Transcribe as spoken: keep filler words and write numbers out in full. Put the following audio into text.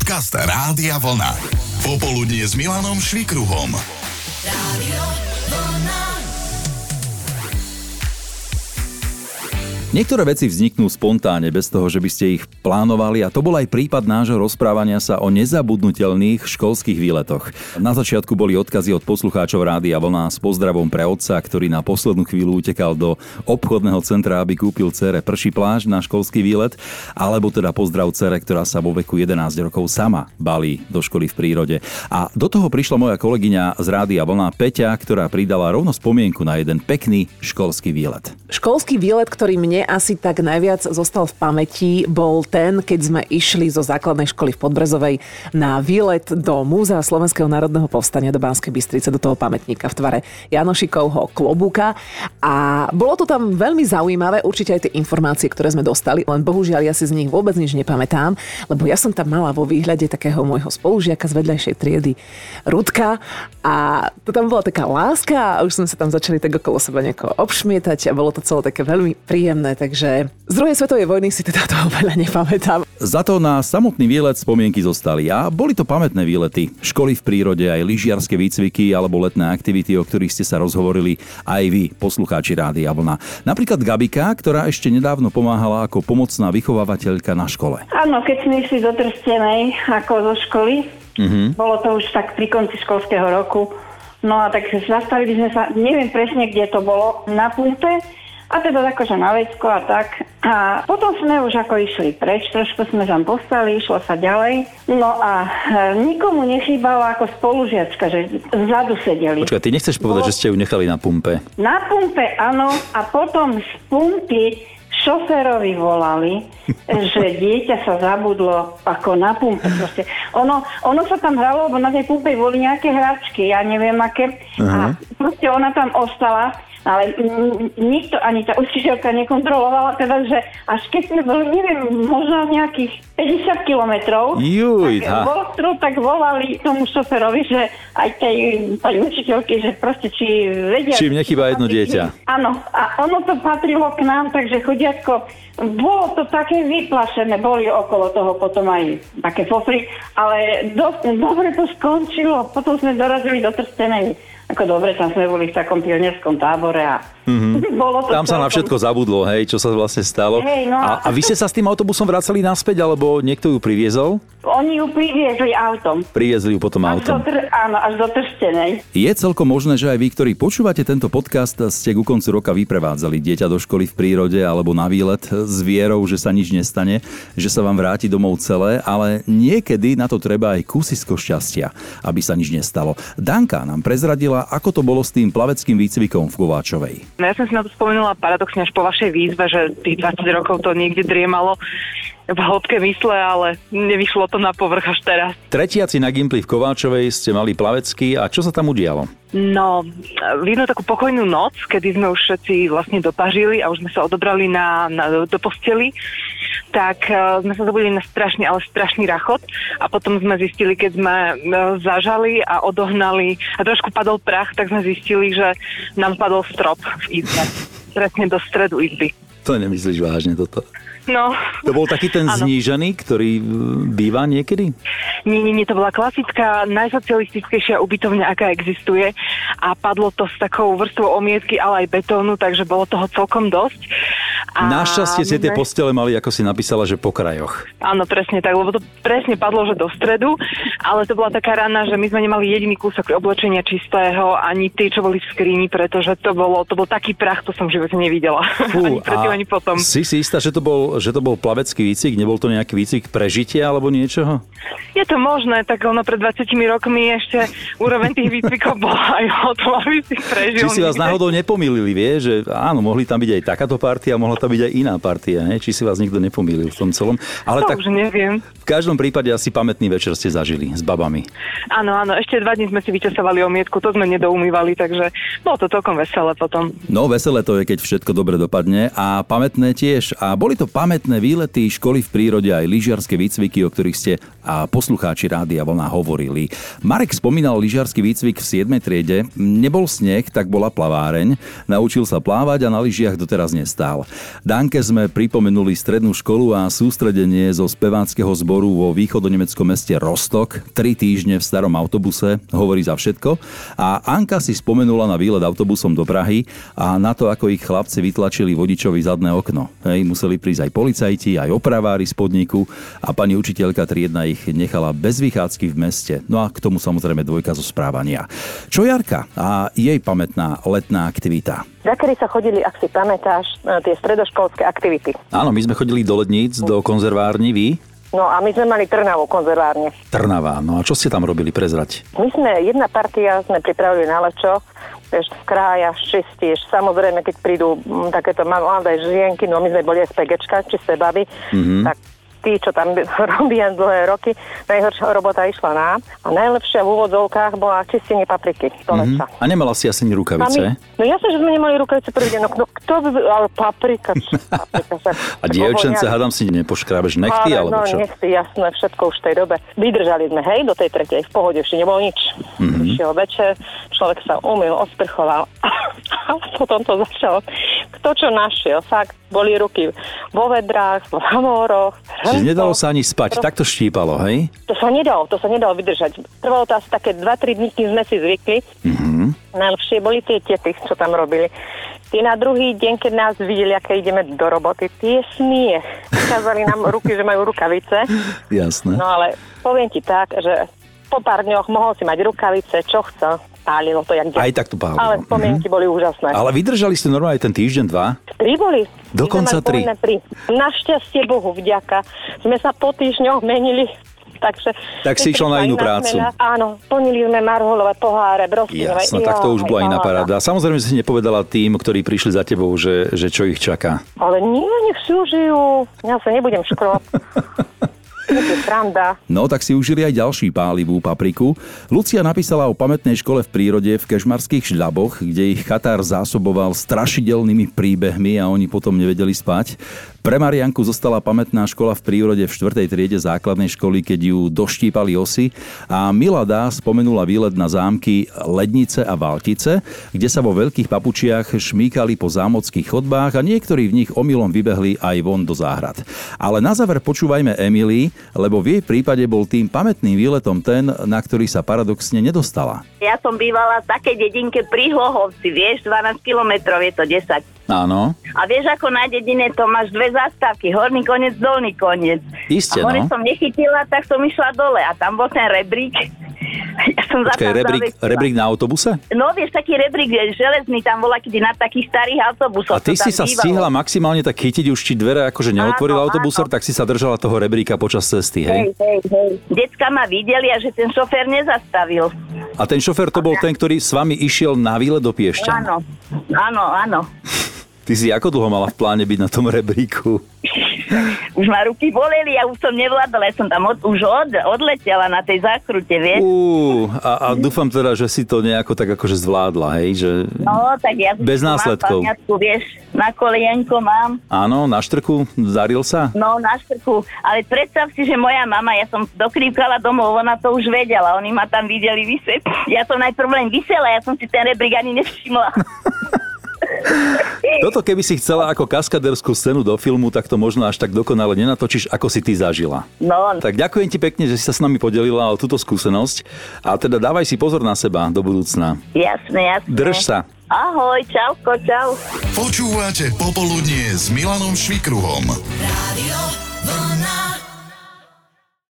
Podcast Rádia Vlna. Popoludnie s Milanom Švikruhom. Rádio Vlna. Niektoré veci vzniknú spontánne, bez toho, že by ste ich plánovali, a to bol aj prípad nášho rozprávania sa o nezabudnutelných školských výletoch. Na začiatku boli odkazy od poslucháčov Rádia Vlna s pozdravom pre otca, ktorý na poslednú chvíľu utekal do obchodného centra, aby kúpil dcére prší plášť na školský výlet, alebo teda pozdrav dcére, ktorá sa vo veku jedenásť rokov sama balí do školy v prírode. A do toho prišla moja kolegyňa z Rádia Vlna Peťa, ktorá pridala rovno spomienku na jeden pekný školský výlet. Školský výlet, ktorý mne asi tak najviac zostal v pamäti, bol ten, keď sme išli zo základnej školy v Podbrezovej na výlet do Múzea Slovenského národného povstania do Banskej Bystrice, do toho pamätníka v tvare Janošikovho klobúka. A bolo to tam veľmi zaujímavé, určite aj tie informácie, ktoré sme dostali, len bohužiaľ ja si z nich vôbec nič nepamätám, lebo ja som tam mala vo výhľade takého môjho spolužiaka z vedľajšej triedy Rudka a to tam bola taká láska a už sme sa tam začali tak okolo seba nejako obšmietať a bolo to celé také veľmi príjemné. Takže z druhej svetovej vojny si teda toho veľa nepamätám. Za to na samotný výlet spomienky zostali a boli to pamätné výlety. Školy v prírode, aj lyžiarske výcviky alebo letné aktivity, o ktorých ste sa rozhovorili aj vy, poslucháči Rádia Vlna. Napríklad Gabika, ktorá ešte nedávno pomáhala ako pomocná vychovávateľka na škole. Áno, keď sme išli do Trstenej ako zo školy, mm-hmm. bolo to už tak pri konci školského roku. No a tak zastavili sme sa, neviem presne, kde to bolo, na pumpe. A teda akože na vecko a tak. A potom sme už ako išli preč, trošku sme tam postali, išlo sa ďalej. No a e, nikomu nechýbalo ako spolužiačka, že vzadu sedeli. Počkaj, ty nechceš povedať, Bo... že ste ju nechali na pumpe? Na pumpe, áno. A potom z pumpy šoférovi volali, že dieťa sa zabudlo ako na pumpe. Proste. Ono, ono sa tam hralo, lebo na tej pumpe boli nejaké hračky, ja neviem aké. Uh-huh. A proste ona tam ostala. Ale nikto, ani tá učiteľka nekontrolovala, teda, že až keď sme boli, neviem, možno nejakých päťdesiat kilometrov, Juj, tak, vo, tak volali tomu šoferovi, že aj tej, tej učiteľky, že proste či vedia... Či im nechýba jedno dieťa. Áno, a ono to patrilo k nám, takže chodiatko, bolo to také vyplašené, boli okolo toho potom aj také fofry, ale do, dobre to skončilo, potom sme dorazili do Trstenej. Ako dobre, tam sme boli v takom pionierskom tábore a mm-hmm. bolo to... Tam sa na všetko zabudlo, hej, čo sa vlastne stalo. Hej, no a, a vy ste sa s tým autobusom vracali naspäť, alebo niekto ju priviezol? Oni ju priviezli autom. Priviezli ju potom až autom. Do tr- áno, až do Trstenej. Je celkom možné, že aj vy, ktorí počúvate tento podcast, ste ku koncu roka vyprevádzali dieťa do školy v prírode alebo na výlet s vierou, že sa nič nestane, že sa vám vráti domov celé, ale niekedy na to treba aj kúsisko šťastia, aby sa nič nestalo. Danka nám prezradila, ako to bolo s tým plaveckým výcvikom v Kováčovej. No ja som si na to spomenula paradoxne až po vašej výzve, že tých dvadsať rokov to niekde driemalo v hĺbke mysle, ale nevyšlo to na povrch až teraz. Tretiaci na Gimply v Kováčovej ste mali plavecký a čo sa tam udialo? No, v jednu takú pokojnú noc, kedy sme už všetci vlastne dopažili a už sme sa odobrali na, na, do posteli, tak uh, sme sa zabudili na strašný, ale strašný rachot a potom sme zistili, keď sme uh, zažali a odohnali a trošku padol prach, tak sme zistili, že nám padol strop v izbe. Presne do stredu izby. To nemyslíš vážne toto? No. To bol taký ten znížený, ktorý býva niekedy? Nie, nie, nie, to bola klasická, najsocialistickejšia ubytovňa, aká existuje a padlo to s takou vrstvou omietky, ale aj betónu, takže bolo toho celkom dosť. A našťastie ste tie postele mali, ako si napísala, že po krajoch. Áno, presne tak, lebo to presne padlo, že do stredu, ale to bola taká rana, že my sme nemali jediný kúsok oblečenia čistého, ani tie, čo boli v skríni, pretože to bolo, to bol taký prach, to som v živote nevidela. Fú, ani predtým, ani potom. Si si istá, že to bol, že to bol plavecký výcvik? Nebol to nejaký výcvik prežitia alebo niečoho? Je to možné, tak ono pred dvadsiatimi rokmi ešte úroveň tých výcvikov bola aj o tom, aby si prežil. Či si vás náhodou nepomýlili, vie, že áno, mohli tam byť aj takáto partia, mohla tam byť aj iná partia, ne? Či si vás nikto nepomýlil v tom celom. Ale to tak, už neviem. V každom prípade asi pamätný večer ste zažili s babami. Áno, áno, ešte dva dní sme si vyčasovali omietku, to sme nedoumývali, takže bolo to celkom veselé potom. No, veselé to je, keď všetko dobre dopadne a pamätné tiež. A boli to pamätné výlety, školy v prírode, aj lyžiarske výcviky, o ktorých ste a poslucháči Rádia Vlna hovorili. Marek spomínal lyžiarsky výcvik v siedmej triede. Nebol sneh, tak bola plaváreň. Naučil sa plávať a na lyžiach doteraz nestál. Danke sme pripomenuli strednú školu a sústredenie zo speváckeho zboru vo východonemeckom meste Rostock. Tri týždne v starom autobuse, hovorí za všetko. A Anka si spomenula na výlet autobusom do Prahy a na to, ako ich chlapci vytlačili vodičovi zadné okno. Hej, museli prísť aj policajti, aj opravári z podniku a pani učiteľka triedna ich nechala bez vychádzky v meste. No a k tomu samozrejme dvojka zo správania. Čo Jarka a jej pamätná letná aktivita? Zakedy sa chodili, ak si pamätáš, tie stredoškolské aktivity. Áno, my sme chodili do Ledníc, do konzervárny, vy? No a my sme mali Trnavu konzervárne. Trnava, no a čo ste tam robili, prezrať? My sme, jedna partia sme pripravili na lečo, vieš, krájaš, čistíš. Samozrejme, keď prídu m, takéto mladé žienky, no my sme boli es pé géčka, čisté baby, mm-hmm. tak tí, čo tam robia dlhé roky, najhoršia robota išla na. A najlepšia v úvodzovkách bola čistenie papriky do leča. Mm-hmm. A nemala si asi ani rukavice? My, no jasne, že sme nemali rukavice prvý deň. No, no kto by... Ale paprika... paprika sa, a dievčence, hádam si nepoškrábeš nechty, ale, alebo čo? No nechty, jasné, všetko už v tej dobe. Vydržali sme, hej, do tej tretej, v pohode, ešte nebolo nič. Mm-hmm. Išiel večer, človek sa umyl, osprchoval. A potom to začalo. Kto čo našiel, fakt, boli ruky vo vedrách, vo havóroch. Čiže nedalo sa ani spať, tak to štípalo, hej? To sa nedalo, to sa nedalo vydržať. Trvalo to asi také dva tri dní, kým sme si zvykli. Mm-hmm. Najlepšie boli tie tety, čo tam robili. Tí na druhý deň, keď nás videli, aké ideme do roboty, tie smiech. Ukázali nám ruky, že majú rukavice. Jasné. No ale poviem ti tak, že po pár dňoch mohol si mať rukavice, čo chcel. Pálilo to, jak deň. Aj tak to pálilo. Ale spomienky mm-hmm. boli úžasné. Ale vydržali ste normálne ten týždeň, dva? Tri boli. Dokonca tri. Našťastie Bohu vďaka. Sme sa po týždňoch menili. Takže, tak si išla na inú prácu. Na, áno, plnili sme marholové poháre, brostinové. Jasno, tak to už bola iná paráda. Samozrejme si nepovedala tým, ktorí prišli za tebou, že, že čo ich čaká. Ale nie, nech si užijú. Ja sa nebudem škrobať. No, tak si užili aj ďalší pálivú papriku. Lucia napísala o pamätnej škole v prírode v Kežmarských Žľaboch, kde ich chatár zásoboval strašidelnými príbehmi a oni potom nevedeli spať. Pre Marianku zostala pamätná škola v prírode v štvrtej triede základnej školy, keď ju doštípali osy. A Milada spomenula výlet na zámky Lednice a Valtice, kde sa vo veľkých papučiach šmýkali po zámockých chodbách a niektorí v nich omylom vybehli aj von do záhrad. Ale na záver počúvajme Emily, lebo v jej prípade bol tým pamätným výletom ten, na ktorý sa paradoxne nedostala. Ja som bývala v takej dedinke pri Hlohovci, vieš, dvanásť kilometrov, je to desať. Áno. A vieš, ako na dedine to máš dve zastávky, horný koniec, dolný koniec. Isté, a hore no. som nechytila, tak som išla dole a tam bol ten rebrík. Ja som Počkaj, rebrík, rebrík na autobuse? No, vieš, taký rebrík železný, tam bola kedy na takých starých autobusoch. A ty si sa bývalo. Stihla maximálne tak chytiť, už ti dvere akože neotvoril autobusor, tak si sa držala toho rebríka počas cesty, hej? Hej, hej, hej. Decka ma videli a že ten šofér nezastavil. A ten šofér to bol ten, ktorý s vami išiel na výlet do Piešťan? Áno, áno, áno. Ty si ako dlho mala v pláne byť na tom rebríku? Už ma ruky boleli, ja už som nevládala, ja som tam od, už od, odletela na tej zákrute, vieš? Uú, a, a dúfam teda, že si to nejako tak akože zvládla, hej? Že no, tak ja bez následkov. Mám pamiatku, vieš, na kolienko mám. Áno, na štrku, zaril sa? No, na štrku, ale predstav si, že moja mama, ja som dokrývkala domov, ona to už vedela, oni ma tam videli vysieť. Ja som najprv len vysela, ja som si ten rebrík ani nevšimla. Toto keby si chcela ako kaskaderskú scénu do filmu, tak to možno až tak dokonale nenatočíš, ako si ty zažila. No. Tak ďakujem ti pekne, že si sa s nami podelila o túto skúsenosť a teda dávaj si pozor na seba do budúcna. Jasné, jasné. Drž sa. Ahoj, čauko, čau. Počúvate Popoludnie s Milanom Švikruhom.